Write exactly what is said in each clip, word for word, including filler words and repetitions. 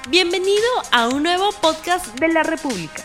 Bienvenido a un nuevo podcast de la República.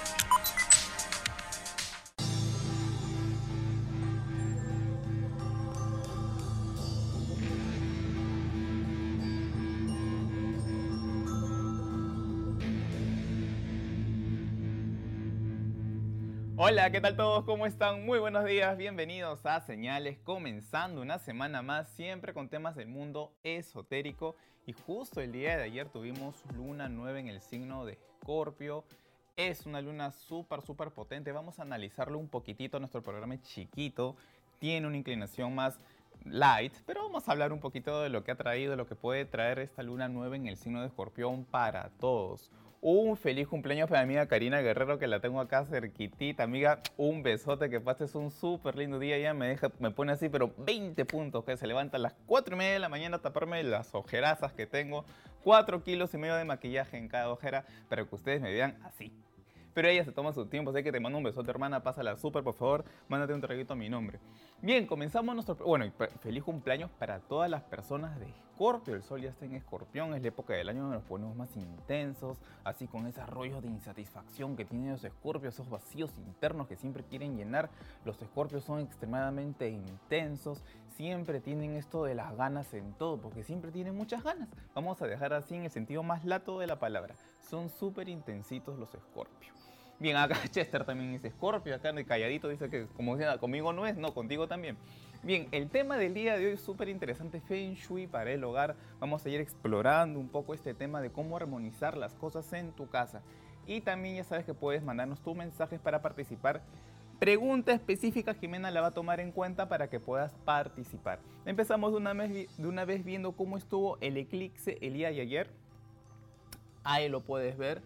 Hola, ¿qué tal todos? ¿Cómo están? Muy buenos días, bienvenidos a Señales, comenzando una semana más, siempre con temas del mundo esotérico. Y justo el día de ayer tuvimos luna nueva en el signo de Escorpio. Es una luna súper, súper potente. Vamos a analizarlo un poquitito. Nuestro programa es chiquito, tiene una inclinación más light, pero vamos a hablar un poquito de lo que ha traído, de lo que puede traer esta luna nueva en el signo de Escorpión para todos. Un feliz cumpleaños para mi amiga Karina Guerrero, que la tengo acá cerquitita. Amiga, un besote, que pases un súper lindo día. Ella me deja, me pone así, pero veinte puntos, que se levanta a las cuatro y media de la mañana a taparme las ojerazas que tengo. cuatro kilos y medio de maquillaje en cada ojera, para que ustedes me vean así. Pero ella se toma su tiempo, así que te mando un besote, hermana. Pásala súper, por favor. Mándate un traguito a mi nombre. Bien, comenzamos nuestro... Bueno, y feliz cumpleaños para todas las personas de Escorpio. El sol ya está en Escorpión. Es la época del año donde nos ponemos más intensos. Así, con ese rollo de insatisfacción que tienen los Escorpios. Esos vacíos internos que siempre quieren llenar. Los Escorpios son extremadamente intensos. Siempre tienen esto de las ganas en todo, porque siempre tienen muchas ganas. Vamos a dejar así en el sentido más lato de la palabra. Son súper intensitos los Escorpios. Bien, acá Chester también dice Escorpio, acá de calladito dice que como decía, conmigo no es, no, contigo también. Bien, el tema del día de hoy es súper interesante, Feng Shui para el hogar. Vamos a ir explorando un poco este tema de cómo armonizar las cosas en tu casa. Y también ya sabes que puedes mandarnos tus mensajes para participar. Pregunta específica, Jimena la va a tomar en cuenta para que puedas participar. Empezamos de una vez, de una vez viendo cómo estuvo el eclipse el día de ayer. Ahí lo puedes ver.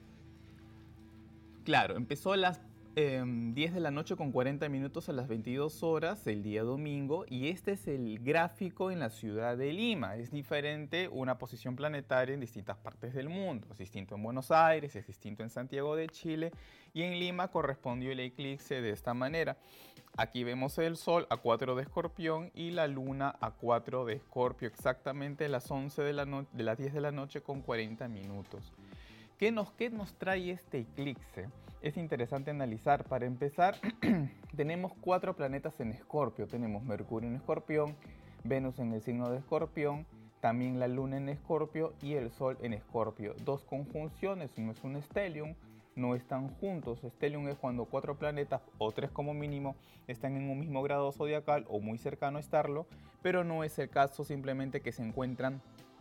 Claro, empezó a las eh, diez de la noche con cuarenta minutos a las veintidós horas el día domingo, y este es el gráfico en la ciudad de Lima. Es diferente una posición planetaria en distintas partes del mundo. Es distinto en Buenos Aires, es distinto en Santiago de Chile, y en Lima correspondió el eclipse de esta manera. Aquí vemos el Sol a cuatro de Escorpión y la Luna a cuatro de Escorpio, exactamente a las, once de, la no- de las diez de la noche con cuarenta minutos. ¿Qué nos, ¿Qué nos trae este eclipse? Es interesante analizar. Para empezar, tenemos cuatro planetas en Escorpio. Tenemos Mercurio en Escorpión, Venus en el signo de Escorpión, también la Luna en Escorpio y el Sol en Escorpio. Dos conjunciones, no es un stellium, no están juntos. Stellium es cuando cuatro planetas, o tres como mínimo, están en un mismo grado zodiacal o muy cercano a estarlo, pero no es el caso, simplemente que se encuentran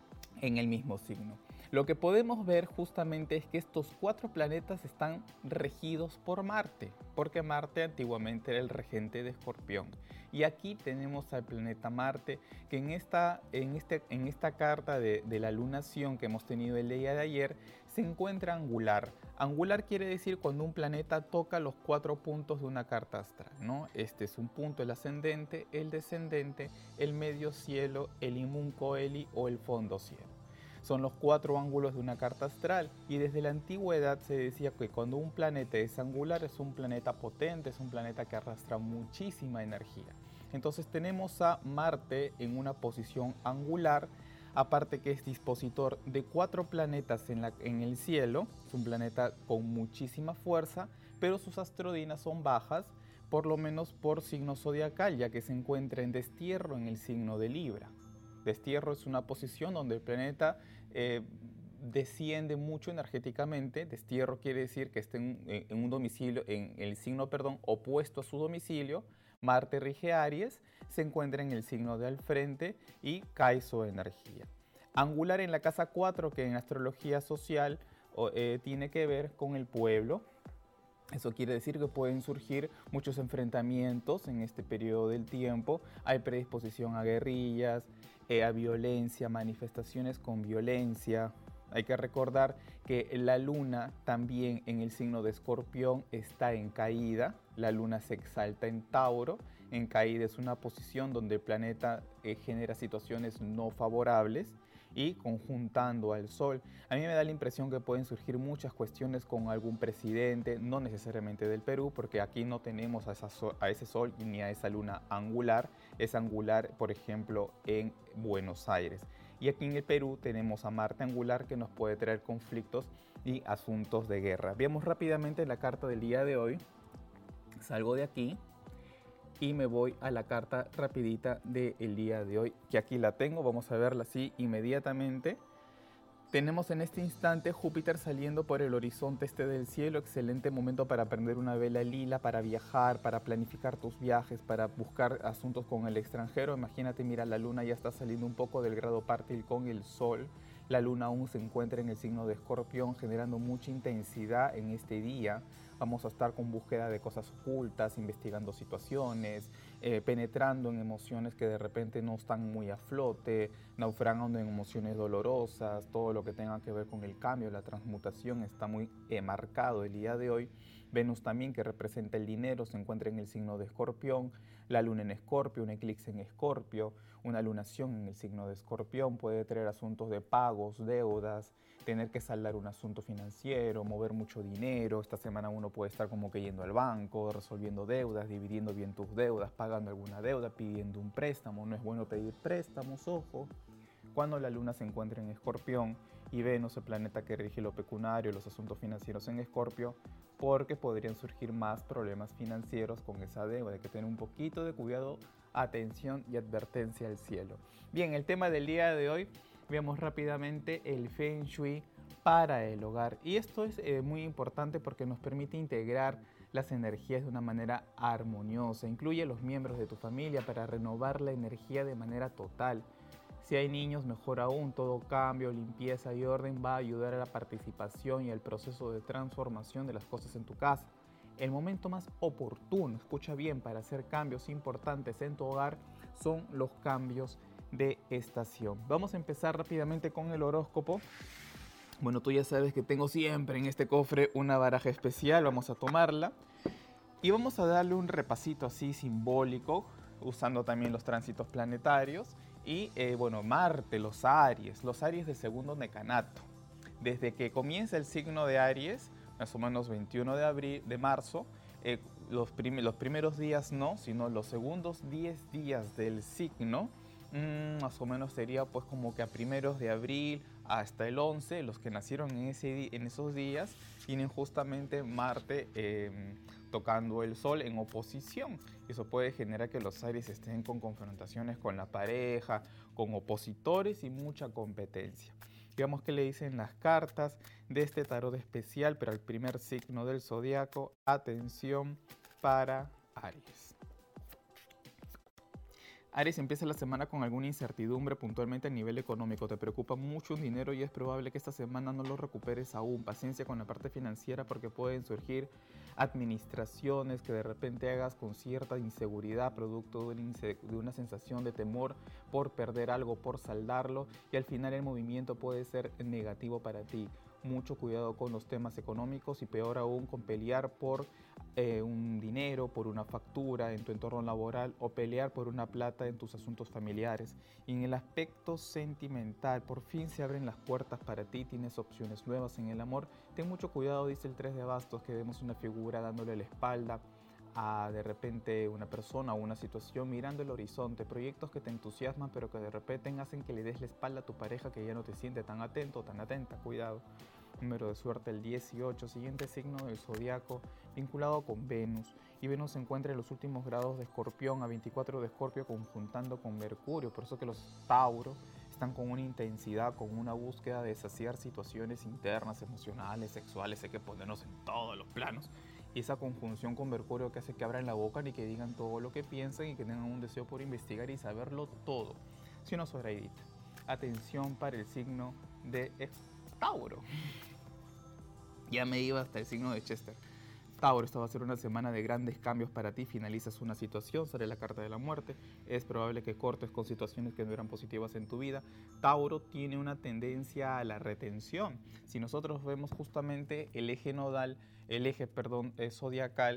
en el mismo signo. Lo que podemos ver justamente es que estos cuatro planetas están regidos por Marte, porque Marte antiguamente era el regente de Escorpión. Y aquí tenemos al planeta Marte, que en esta, en este, en esta carta de, de la lunación que hemos tenido el día de ayer, se encuentra angular. Angular quiere decir cuando un planeta toca los cuatro puntos de una carta astral, ¿no? Este es un punto, el ascendente, el descendente, el medio cielo, el imum coeli o el fondo cielo. Son los cuatro ángulos de una carta astral, y desde la antigüedad se decía que cuando un planeta es angular es un planeta potente, es un planeta que arrastra muchísima energía. Entonces tenemos a Marte en una posición angular, aparte que es dispositor de cuatro planetas en, la, en el cielo. Es un planeta con muchísima fuerza, pero sus astrodinas son bajas, por lo menos por signo zodiacal, ya que se encuentra en destierro en el signo de Libra. Destierro es una posición donde el planeta eh, desciende mucho energéticamente. Destierro quiere decir que esté en, en un domicilio, en el signo, perdón, opuesto a su domicilio. Marte rige Aries, se encuentra en el signo de al frente y cae su energía. Angular en la casa cuatro, que en astrología social eh, tiene que ver con el pueblo. Eso quiere decir que pueden surgir muchos enfrentamientos en este periodo del tiempo. Hay predisposición a guerrillas, eh, a violencia, manifestaciones con violencia. Hay que recordar que la luna también en el signo de Escorpión está en caída. La luna se exalta en Tauro. En caída es una posición donde el planeta eh, genera situaciones no favorables, y conjuntando al Sol. A mí me da la impresión que pueden surgir muchas cuestiones con algún presidente, no necesariamente del Perú, porque aquí no tenemos a, esa sol, a ese Sol ni a esa luna angular. Es angular, por ejemplo, en Buenos Aires. Y aquí en el Perú tenemos a Marte angular que nos puede traer conflictos y asuntos de guerra. Veamos rápidamente la carta del día de hoy. Salgo de aquí y me voy a la carta rapidita del día de hoy, que aquí la tengo. Vamos a verla así inmediatamente. Tenemos en este instante Júpiter saliendo por el horizonte este del cielo. Excelente momento para prender una vela lila, para viajar, para planificar tus viajes, para buscar asuntos con el extranjero. Imagínate, mira, la luna ya está saliendo un poco del grado partil con el sol. La luna aún se encuentra en el signo de Escorpión, generando mucha intensidad en este día. Vamos a estar con búsqueda de cosas ocultas, investigando situaciones, eh, penetrando en emociones que de repente no están muy a flote, naufragando en emociones dolorosas. Todo lo que tenga que ver con el cambio, la transmutación está muy eh, marcado el día de hoy. Venus también, que representa el dinero, se encuentra en el signo de Escorpión. La luna en Escorpio, un eclipse en Escorpio, una lunación en el signo de Escorpión puede traer asuntos de pagos, deudas, tener que saldar un asunto financiero, mover mucho dinero. Esta semana uno puede estar como que yendo al banco, resolviendo deudas, dividiendo bien tus deudas, pagando alguna deuda, pidiendo un préstamo. No es bueno pedir préstamos, ojo. Cuando la luna se encuentra en Escorpión y Venus, el planeta que rige lo pecuniario, los asuntos financieros en Escorpio, porque podrían surgir más problemas financieros con esa deuda. Hay que tener un poquito de cuidado, atención y advertencia al cielo. Bien, el tema del día de hoy, veamos rápidamente el Feng Shui para el hogar. Y esto es eh, muy importante porque nos permite integrar las energías de una manera armoniosa. Incluye a los miembros de tu familia para renovar la energía de manera total. Si hay niños, mejor aún. Todo cambio, limpieza y orden va a ayudar a la participación y al proceso de transformación de las cosas en tu casa. El momento más oportuno, escucha bien, para hacer cambios importantes en tu hogar son los cambios de estación. Vamos a empezar rápidamente con el horóscopo. Bueno, tú ya sabes que tengo siempre en este cofre una baraja especial. Vamos a tomarla y vamos a darle un repasito así simbólico, usando también los tránsitos planetarios. Y eh, bueno, Marte, los Aries, los Aries de segundo decanato. Desde que comienza el signo de Aries, más o menos veintiuno de abril, de marzo, eh, los, prim los primeros días no, sino los segundos diez días del signo, mmm, más o menos sería pues como que a primeros de abril hasta el once, los que nacieron en, ese, en esos días, tienen justamente Marte eh, tocando el Sol en oposición. Eso puede generar que los Aries estén con confrontaciones con la pareja, con opositores y mucha competencia. Digamos que le dicen las cartas de este tarot especial, pero al primer signo del zodiaco, atención para Aries. Aries, empieza la semana con alguna incertidumbre puntualmente a nivel económico. Te preocupa mucho un dinero y es probable que esta semana no lo recuperes aún. Paciencia con la parte financiera porque pueden surgir administraciones que de repente hagas con cierta inseguridad, producto de una, inse de una sensación de temor por perder algo, por saldarlo, y al final el movimiento puede ser negativo para ti. Mucho cuidado con los temas económicos y peor aún con pelear por eh, un dinero, por una factura en tu entorno laboral o pelear por una plata en tus asuntos familiares. Y en el aspecto sentimental, por fin se abren las puertas para ti, tienes opciones nuevas en el amor. Ten mucho cuidado, dice el tres de bastos, que vemos una figura dándole la espalda a de repente una persona o una situación, mirando el horizonte, proyectos que te entusiasman pero que de repente hacen que le des la espalda a tu pareja que ya no te siente tan atento o tan atenta. Cuidado. Número de suerte el dieciocho, siguiente signo del zodiaco vinculado con Venus, y Venus se encuentra en los últimos grados de Escorpión, a veinticuatro de Escorpio, conjuntando con Mercurio. Por eso que los Tauro están con una intensidad, con una búsqueda de saciar situaciones internas, emocionales, sexuales. Hay que ponernos en todos los planos. Y esa conjunción con Mercurio que hace que abran la boca y que digan todo lo que piensan y que tengan un deseo por investigar y saberlo todo. Si no, Zoraidita, atención para el signo de Tauro. Ya me iba hasta el signo de Chester. Tauro, esta va a ser una semana de grandes cambios para ti. Finalizas una situación, sale la carta de la muerte. Es probable que cortes con situaciones que no eran positivas en tu vida. Tauro tiene una tendencia a la retención. Si nosotros vemos justamente el eje nodal, el eje, perdón, eh, zodiacal,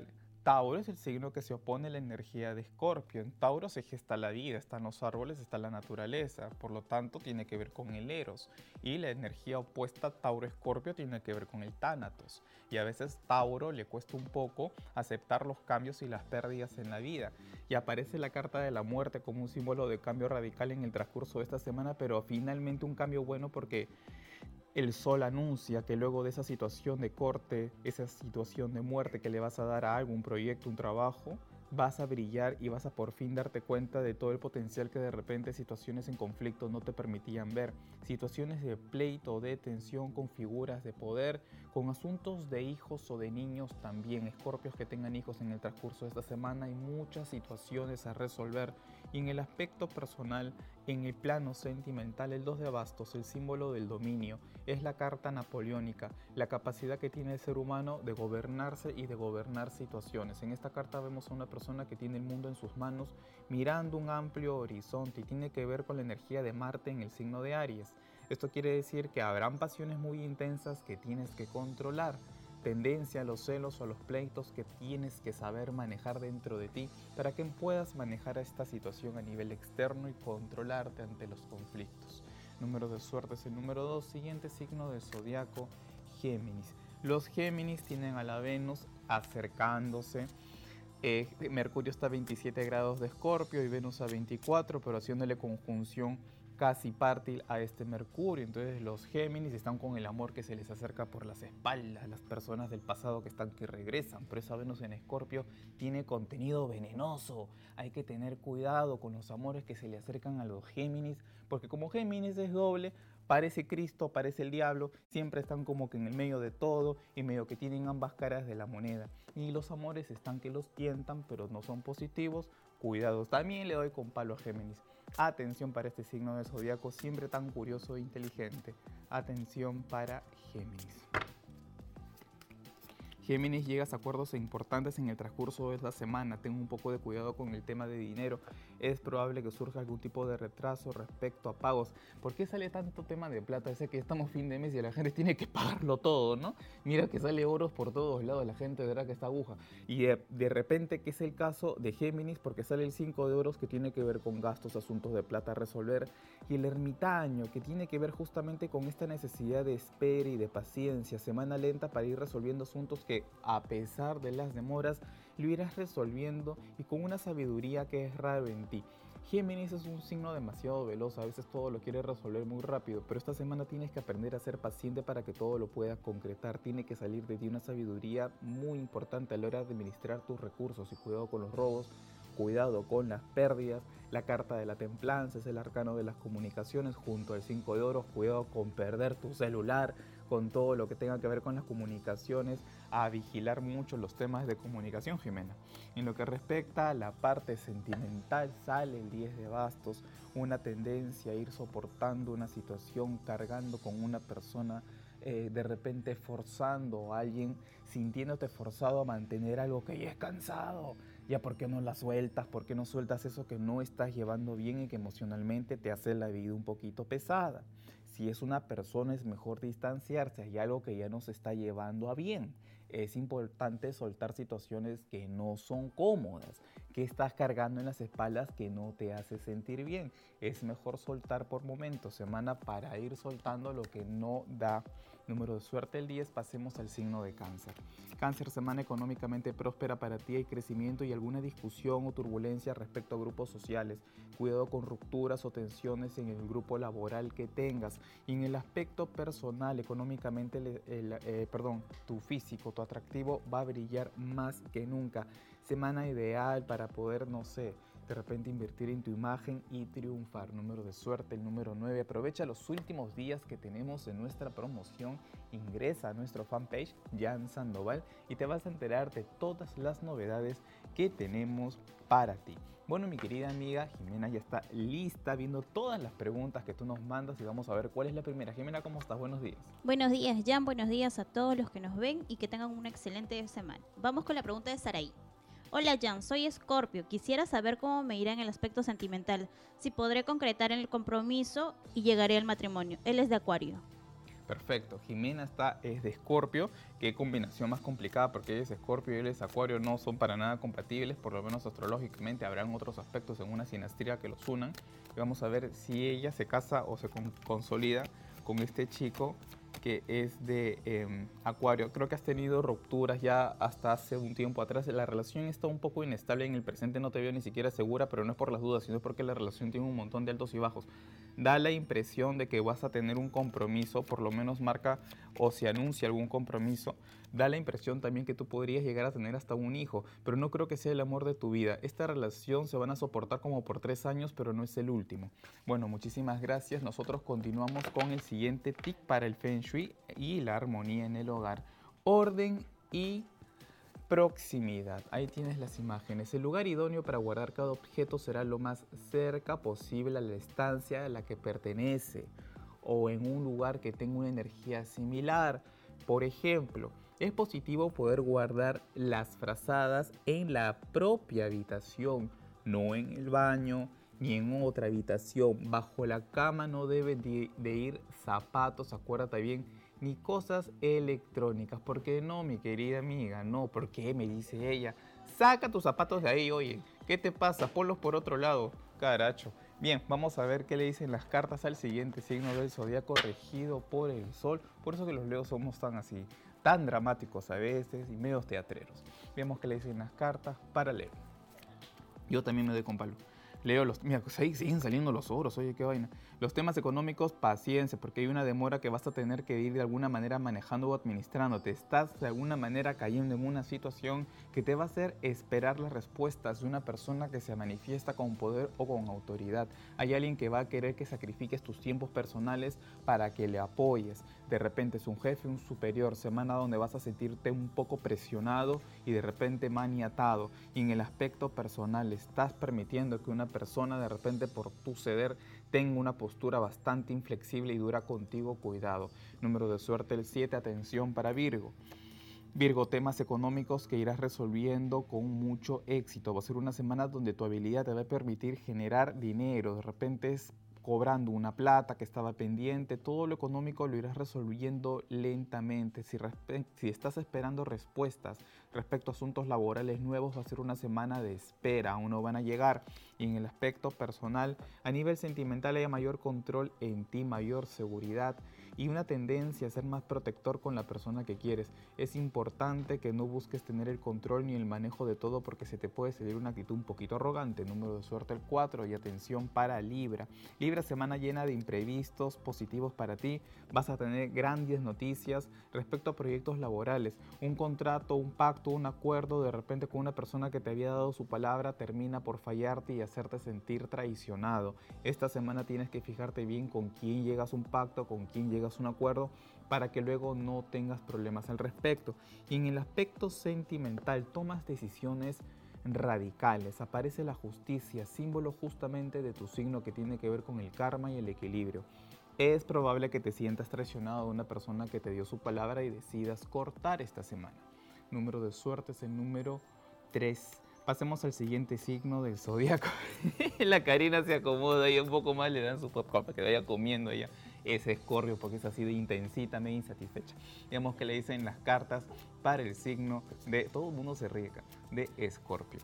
Tauro es el signo que se opone a la energía de Escorpio. En Tauro se gesta la vida, están los árboles, está la naturaleza, por lo tanto tiene que ver con el Eros. Y la energía opuesta Tauro-Escorpio tiene que ver con el Tánatos. Y a veces Tauro le cuesta un poco aceptar los cambios y las pérdidas en la vida. Y aparece la carta de la muerte como un símbolo de cambio radical en el transcurso de esta semana, pero finalmente un cambio bueno porque el sol anuncia que luego de esa situación de corte, esa situación de muerte que le vas a dar a algo, un proyecto, un trabajo, vas a brillar y vas a por fin darte cuenta de todo el potencial que de repente situaciones en conflicto no te permitían ver. Situaciones de pleito, de tensión con figuras de poder, con asuntos de hijos o de niños también. Escorpios que tengan hijos en el transcurso de esta semana, hay muchas situaciones a resolver. Y en el aspecto personal, en el plano sentimental, el dos de bastos, el símbolo del dominio, es la carta napoleónica, la capacidad que tiene el ser humano de gobernarse y de gobernar situaciones. En esta carta vemos a una persona que tiene el mundo en sus manos, mirando un amplio horizonte y tiene que ver con la energía de Marte en el signo de Aries. Esto quiere decir que habrán pasiones muy intensas que tienes que controlar, tendencia a los celos o a los pleitos que tienes que saber manejar dentro de ti para que puedas manejar esta situación a nivel externo y controlarte ante los conflictos. Número de suerte es el número dos, siguiente signo del zodiaco, Géminis. Los Géminis tienen a la Venus acercándose. Eh, Mercurio está a veintisiete grados de Escorpio y Venus a veinticuatro, pero haciéndole conjunción casi partil a este Mercurio. Entonces los Géminis están con el amor que se les acerca por las espaldas, las personas del pasado que están que regresan. Por eso Venus en Escorpio tiene contenido venenoso. Hay que tener cuidado con los amores que se le acercan a los Géminis, porque como Géminis es doble, parece Cristo, parece el diablo, siempre están como que en el medio de todo y medio que tienen ambas caras de la moneda. Y los amores están que los tientan, pero no son positivos. Cuidados. También le doy con palo a Géminis. Atención para este signo del zodiaco, siempre tan curioso e inteligente. Atención para Géminis. Géminis, llegas a acuerdos importantes en el transcurso de la semana. Ten un poco de cuidado con el tema de dinero. Es probable que surja algún tipo de retraso respecto a pagos. ¿Por qué sale tanto tema de plata? Es que estamos fin de mes y la gente tiene que pagarlo todo, ¿no? Mira que sale oros por todos lados, la gente verá que está aguja. Y de, de repente, que es el caso de Géminis, porque sale el cinco de oros que tiene que ver con gastos, asuntos de plata a resolver. Y el ermitaño, que tiene que ver justamente con esta necesidad de espera y de paciencia, semana lenta para ir resolviendo asuntos que a pesar de las demoras lo irás resolviendo y con una sabiduría que es raro en ti. Géminis es un signo demasiado veloz, a veces todo lo quiere resolver muy rápido, pero esta semana tienes que aprender a ser paciente para que todo lo puedas concretar. Tiene que salir de ti una sabiduría muy importante a la hora de administrar tus recursos y cuidado con los robos, cuidado con las pérdidas. La carta de la templanza es el arcano de las comunicaciones junto al cinco de oros. Cuidado con perder tu celular, con todo lo que tenga que ver con las comunicaciones, a vigilar mucho los temas de comunicación, Jimena. En lo que respecta a la parte sentimental, sale el diez de bastos, una tendencia a ir soportando una situación, cargando con una persona, eh, de repente forzando a alguien, sintiéndote forzado a mantener algo que ya es cansado. Ya, ¿por qué no la sueltas? ¿Por qué no sueltas eso que no estás llevando bien y que emocionalmente te hace la vida un poquito pesada? Si es una persona, es mejor distanciarse. Hay algo que ya no se está llevando a bien. Es importante soltar situaciones que no son cómodas, que estás cargando en las espaldas que no te hace sentir bien. Es mejor soltar por momentos, semana, para ir soltando lo que no da. Número de suerte el diez, pasemos al signo de Cáncer. Cáncer, semana económicamente próspera para ti, hay crecimiento y alguna discusión o turbulencia respecto a grupos sociales. Cuidado con rupturas o tensiones en el grupo laboral que tengas. Y en el aspecto personal, económicamente, el, el, eh, perdón, tu físico, tu atractivo va a brillar más que nunca. Semana ideal para poder, no sé, de repente invertir en tu imagen y triunfar. Número de suerte, el número nueve. Aprovecha los últimos días que tenemos en nuestra promoción. Ingresa a nuestro fanpage, Jan Sandoval, y te vas a enterar de todas las novedades que tenemos para ti. Bueno, mi querida amiga Jimena ya está lista viendo todas las preguntas que tú nos mandas y vamos a ver cuál es la primera. Jimena, ¿cómo estás? Buenos días. Buenos días, Jan. Buenos días a todos los que nos ven y que tengan una excelente semana. Vamos con la pregunta de Saraí. Hola Jan, soy Escorpio. Quisiera saber cómo me irá en el aspecto sentimental, si podré concretar el compromiso y llegaré al matrimonio. Él es de Acuario. Perfecto. Jimena está, es de Escorpio. Qué combinación más complicada porque ella es Escorpio y él es Acuario. No son para nada compatibles, por lo menos astrológicamente. Habrán otros aspectos en una sinastría que los unan. Y vamos a ver si ella se casa o se con- consolida con este chico que es de eh, Acuario. Creo que has tenido rupturas ya hasta hace un tiempo atrás. La relación está un poco inestable en el presente, no te veo ni siquiera segura, pero no es por las dudas, sino porque la relación tiene un montón de altos y bajos. Da la impresión de que vas a tener un compromiso, por lo menos marca o se anuncia algún compromiso. Da la impresión también que tú podrías llegar a tener hasta un hijo, pero no creo que sea el amor de tu vida. Esta relación se van a soportar como por tres años, pero no es el último. Bueno, muchísimas gracias. Nosotros continuamos con el siguiente tip para el Feng Shui y la armonía en el hogar. Orden y proximidad. Ahí tienes las imágenes. El lugar idóneo para guardar cada objeto será lo más cerca posible a la estancia a la que pertenece o en un lugar que tenga una energía similar. Por ejemplo, es positivo poder guardar las frazadas en la propia habitación, no en el baño ni en otra habitación. Bajo la cama no deben de, de ir zapatos, acuérdate bien, ni cosas electrónicas. ¿Por qué no, mi querida amiga? No, ¿por qué? Me dice ella. Saca tus zapatos de ahí, oye. ¿Qué te pasa? Ponlos por otro lado, caracho. Bien, vamos a ver qué le dicen las cartas al siguiente signo del zodiaco regido por el sol. Por eso que los leos somos tan así, tan dramáticos a veces y medios teatreros. Vemos qué le dicen las cartas para Leo. Yo también me doy con palo. Leo los... Mira, pues ahí siguen saliendo los oros, oye, qué vaina. Los temas económicos, paciencia, porque hay una demora que vas a tener que ir de alguna manera manejando o administrando. Te estás de alguna manera cayendo en una situación que te va a hacer esperar las respuestas de una persona que se manifiesta con poder o con autoridad. Hay alguien que va a querer que sacrifiques tus tiempos personales para que le apoyes. De repente es un jefe, un superior, semana donde vas a sentirte un poco presionado y de repente maniatado. Y en el aspecto personal estás permitiendo que una persona de repente por tu ceder tenga una postura bastante inflexible y dura contigo. Cuidado. Número de suerte el siete, atención para Virgo. Virgo, temas económicos que irás resolviendo con mucho éxito. Va a ser una semana donde tu habilidad te va a permitir generar dinero. De repente es cobrando una plata que estaba pendiente. Todo lo económico lo irás resolviendo lentamente. Si, si estás esperando respuestas respecto a asuntos laborales nuevos, va a ser una semana de espera. Aún no van a llegar. Y en el aspecto personal, a nivel sentimental hay mayor control en ti, mayor seguridad y una tendencia a ser más protector con la persona que quieres. Es importante que no busques tener el control ni el manejo de todo porque se te puede salir una actitud un poquito arrogante. Número de suerte el cuatro y atención para Libra. Libra, semana llena de imprevistos positivos para ti. Vas a tener grandes noticias respecto a proyectos laborales. Un contrato, un pacto, un acuerdo de repente con una persona que te había dado su palabra termina por fallarte y hacerte sentir traicionado. Esta semana tienes que fijarte bien con quién llegas a un pacto, con quién llegas a un acuerdo para que luego no tengas problemas al respecto. Y en el aspecto sentimental tomas decisiones radicales. Aparece la justicia, símbolo justamente de tu signo que tiene que ver con el karma y el equilibrio. Es probable que te sientas traicionado de una persona que te dio su palabra y decidas cortar esta semana. Número de suerte es el número tres. Pasemos al siguiente signo del zodiaco. La Karina se acomoda y un poco más le dan su popcorn para que vaya comiendo ella. Ese Escorpio porque es así de intensita, medio insatisfecha. Digamos que le dicen las cartas para el signo de... Todo el mundo se ríe acá, de Escorpio.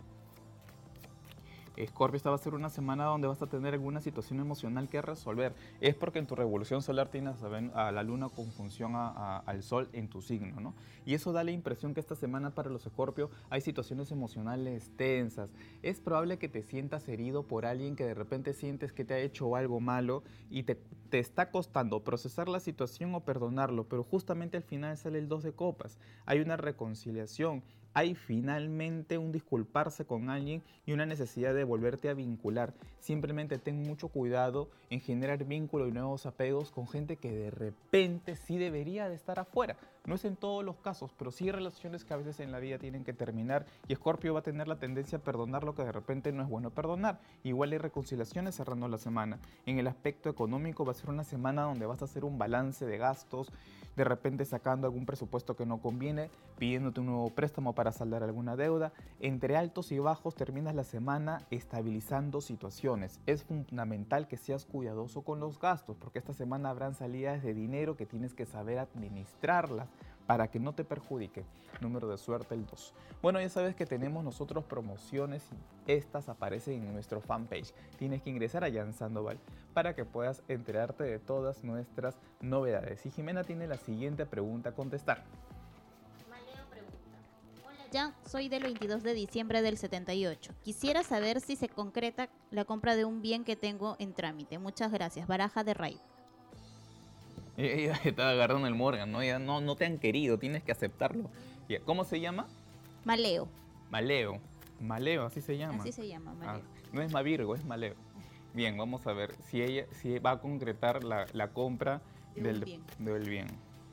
Escorpio, esta va a ser una semana donde vas a tener alguna situación emocional que resolver. Es porque en tu revolución solar tienes a la luna con función a, a, al sol en tu signo, ¿no? Y eso da la impresión que esta semana para los Escorpio hay situaciones emocionales tensas. Es probable que te sientas herido por alguien que de repente sientes que te ha hecho algo malo y te, te está costando procesar la situación o perdonarlo, pero justamente al final sale el dos de copas. Hay una reconciliación. Hay finalmente un disculparse con alguien y una necesidad de volverte a vincular. Simplemente ten mucho cuidado en generar vínculos y nuevos apegos con gente que de repente sí debería de estar afuera. No es en todos los casos, pero sí hay relaciones que a veces en la vida tienen que terminar y Escorpio va a tener la tendencia a perdonar lo que de repente no es bueno perdonar. Igual hay reconciliaciones cerrando la semana. En el aspecto económico va a ser una semana donde vas a hacer un balance de gastos, de repente sacando algún presupuesto que no conviene, pidiéndote un nuevo préstamo para saldar alguna deuda. Entre altos y bajos terminas la semana estabilizando situaciones. Es fundamental que seas cuidadoso con los gastos, porque esta semana habrán salidas de dinero que tienes que saber administrarlas para que no te perjudique. Número de suerte el dos. Bueno, ya sabes que tenemos nosotros promociones y estas aparecen en nuestro fanpage. Tienes que ingresar a Jan Sandoval para que puedas enterarte de todas nuestras novedades. Y Jimena tiene la siguiente pregunta a contestar. Maleo pregunta: Hola Jan, soy del veintidós de diciembre del setenta y ocho. Quisiera saber si se concreta la compra de un bien que tengo en trámite. Muchas gracias. Baraja de Raid. Ella está agarrando el Morgan, ¿no? Ya no, no te han querido, tienes que aceptarlo. Ya, ¿cómo se llama? Maleo. Maleo. Maleo, así se llama. Así se llama, Maleo. Ah, no es Mavirgo, es Maleo. Bien, vamos a ver si ella si va a concretar la, la compra De del un bien. del bien.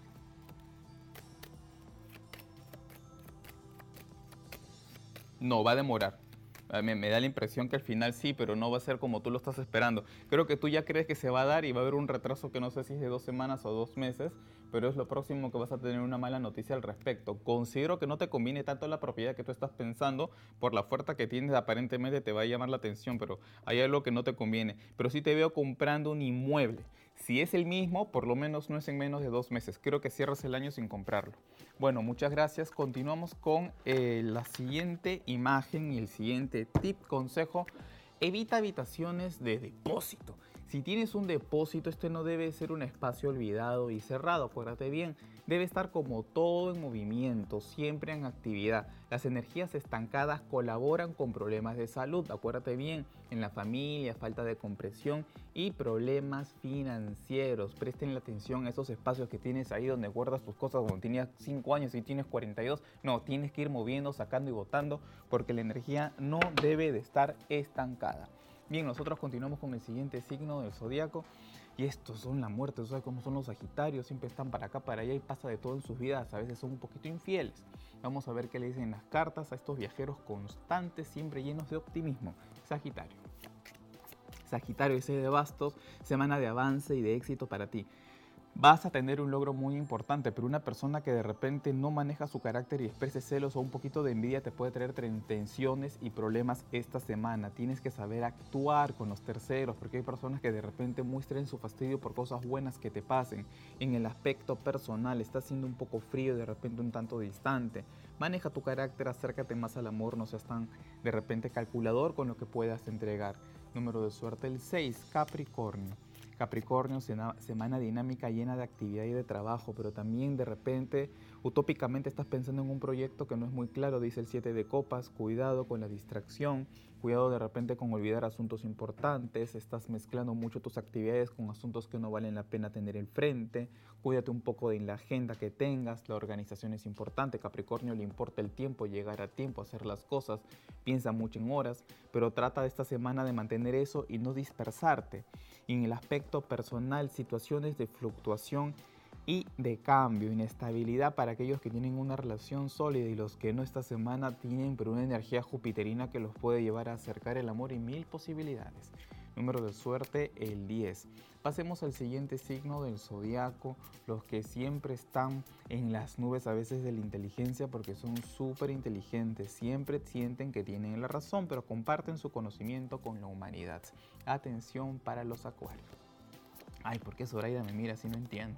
No, va a demorar. Me, me da la impresión que al final sí, pero no va a ser como tú lo estás esperando. Creo que tú ya crees que se va a dar y va a haber un retraso que no sé si es de dos semanas o dos meses, pero es lo próximo que vas a tener una mala noticia al respecto. Considero que no te conviene tanto la propiedad que tú estás pensando, por la oferta que tienes aparentemente te va a llamar la atención, pero hay algo que no te conviene. Pero sí te veo comprando un inmueble. Si es el mismo, por lo menos no es en menos de dos meses. Creo que cierras el año sin comprarlo. Bueno, muchas gracias. Continuamos con eh, la siguiente imagen y el siguiente tip, consejo. Evita habitaciones de depósito. Si tienes un depósito, este no debe ser un espacio olvidado y cerrado, acuérdate bien. Debe estar como todo en movimiento, siempre en actividad. Las energías estancadas colaboran con problemas de salud, acuérdate bien, en la familia, falta de compresión y problemas financieros. Presten la atención a esos espacios que tienes ahí donde guardas tus cosas cuando tenías cinco años y tienes cuarenta y dos. No, tienes que ir moviendo, sacando y botando porque la energía no debe de estar estancada. Bien, nosotros continuamos con el siguiente signo del zodiaco. Y estos son la muerte, ¿sabes cómo son los sagitarios? Siempre están para acá, para allá y pasa de todo en sus vidas. A veces son un poquito infieles. Vamos a ver qué le dicen las cartas a estos viajeros constantes, siempre llenos de optimismo. Sagitario. Sagitario, ese de bastos, semana de avance y de éxito para ti. Vas a tener un logro muy importante, pero una persona que de repente no maneja su carácter y exprese celos o un poquito de envidia te puede traer tensiones y problemas esta semana. Tienes que saber actuar con los terceros, porque hay personas que de repente muestren su fastidio por cosas buenas que te pasen. En el aspecto personal, estás siendo un poco frío, de repente un tanto distante. Maneja tu carácter, acércate más al amor, no seas tan de repente calculador con lo que puedas entregar. Número de suerte el seis, Capricornio. Capricornio, semana dinámica llena de actividad y de trabajo, pero también de repente, utópicamente estás pensando en un proyecto que no es muy claro, dice el siete de copas, cuidado con la distracción, cuidado de repente con olvidar asuntos importantes, estás mezclando mucho tus actividades con asuntos que no valen la pena tener enfrente, cuídate un poco de la agenda que tengas, la organización es importante, Capricornio le importa el tiempo, llegar a tiempo, hacer las cosas, piensa mucho en horas, pero trata de esta semana de mantener eso y no dispersarte. Y en el aspecto personal, situaciones de fluctuación y de cambio, inestabilidad para aquellos que tienen una relación sólida y los que no esta semana tienen pero una energía jupiterina que los puede llevar a acercar el amor y mil posibilidades. Número de suerte el diez. Pasemos al siguiente signo del zodiaco, los que siempre están en las nubes a veces de la inteligencia porque son súper inteligentes, siempre sienten que tienen la razón, pero comparten su conocimiento con la humanidad. Atención para los acuarios. Ay, ¿por qué Zoraida me mira así? No entiendo.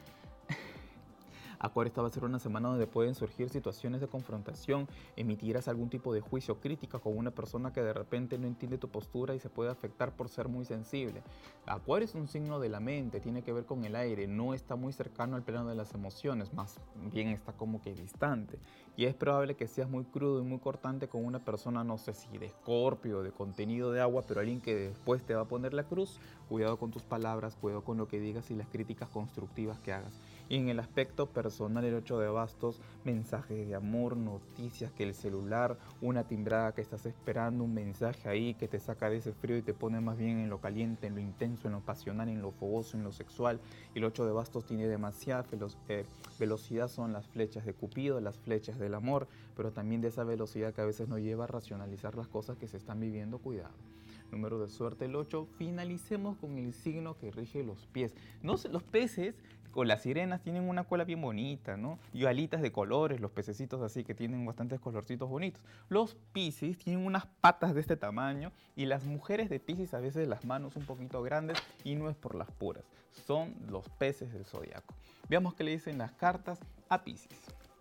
Acuario, esta va a ser una semana donde pueden surgir situaciones de confrontación, emitirás algún tipo de juicio crítica con una persona que de repente no entiende tu postura y se puede afectar por ser muy sensible. Acuario es un signo de la mente, tiene que ver con el aire, no está muy cercano al plano de las emociones, más bien está como que distante. Y es probable que seas muy crudo y muy cortante con una persona, no sé si de Escorpio, de contenido de agua, pero alguien que después te va a poner la cruz. Cuidado con tus palabras, cuidado con lo que digas y las críticas constructivas que hagas. Y en el aspecto personal, el ocho de bastos, mensajes de amor, noticias, que el celular, una timbrada que estás esperando, un mensaje ahí que te saca de ese frío y te pone más bien en lo caliente, en lo intenso, en lo pasional, en lo fogoso, en lo sexual. Y el ocho de bastos tiene demasiada veloc eh, velocidad, son las flechas de Cupido, las flechas del amor, pero también de esa velocidad que a veces nos lleva a racionalizar las cosas que se están viviendo. Cuidado. Número de suerte el ocho. Finalicemos con el signo que rige los pies. No, los peces con las sirenas tienen una cola bien bonita, ¿no? Y alitas de colores, los pececitos así que tienen bastantes colorcitos bonitos. Los Piscis tienen unas patas de este tamaño y las mujeres de Piscis a veces las manos un poquito grandes y no es por las puras, son los peces del zodiaco. Veamos qué le dicen las cartas a Piscis.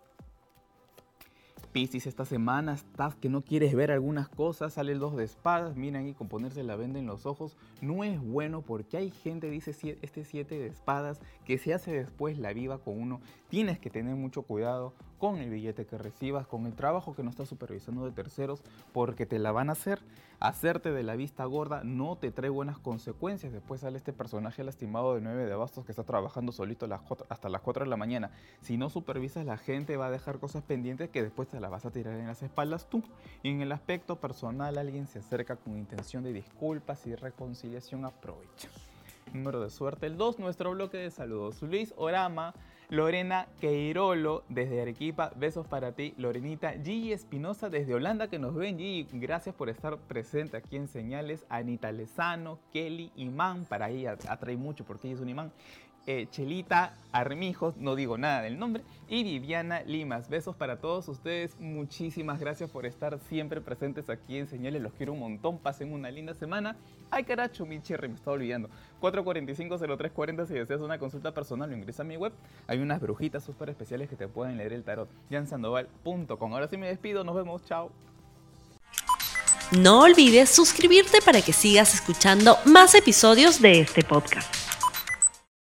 Piscis, esta semana estás que no quieres ver algunas cosas, sale el dos de espadas, miren ahí con ponerse la venda en los ojos, no es bueno porque hay gente, dice este siete de espadas, que se hace después la viva con uno. Tienes que tener mucho cuidado con el billete que recibas, con el trabajo que no estás supervisando de terceros, porque te la van a hacer. Hacerte de la vista gorda no te trae buenas consecuencias. Después sale este personaje lastimado de nueve de bastos que está trabajando solito las cuatro, hasta las cuatro de la mañana. Si no supervisas, la gente va a dejar cosas pendientes que después te las vas a tirar en las espaldas tú. Y en el aspecto personal, alguien se acerca con intención de disculpas y reconciliación. Aprovecha. Número de suerte el dos, nuestro bloque de saludos. Luis Orama, Lorena Queirolo desde Arequipa, besos para ti, Lorenita. Gigi Espinosa desde Holanda que nos ven. Gigi, gracias por estar presente aquí en Señales. Anita Lezano, Kelly, imán, para ella atrae mucho porque ella es un imán. Eh, Chelita Armijos, no digo nada del nombre, y Viviana Limas. Besos para todos ustedes, muchísimas gracias por estar siempre presentes aquí en Señales, los quiero un montón, pasen una linda semana. Ay caracho, mi cherry, me estaba olvidando. cuatro cuatro cinco, cero tres cuatro cero, si deseas una consulta personal o ingresa a mi web, hay unas brujitas súper especiales que te pueden leer el tarot, jan sandoval punto com. Ahora sí me despido, nos vemos, chao. No olvides suscribirte para que sigas escuchando más episodios de este podcast.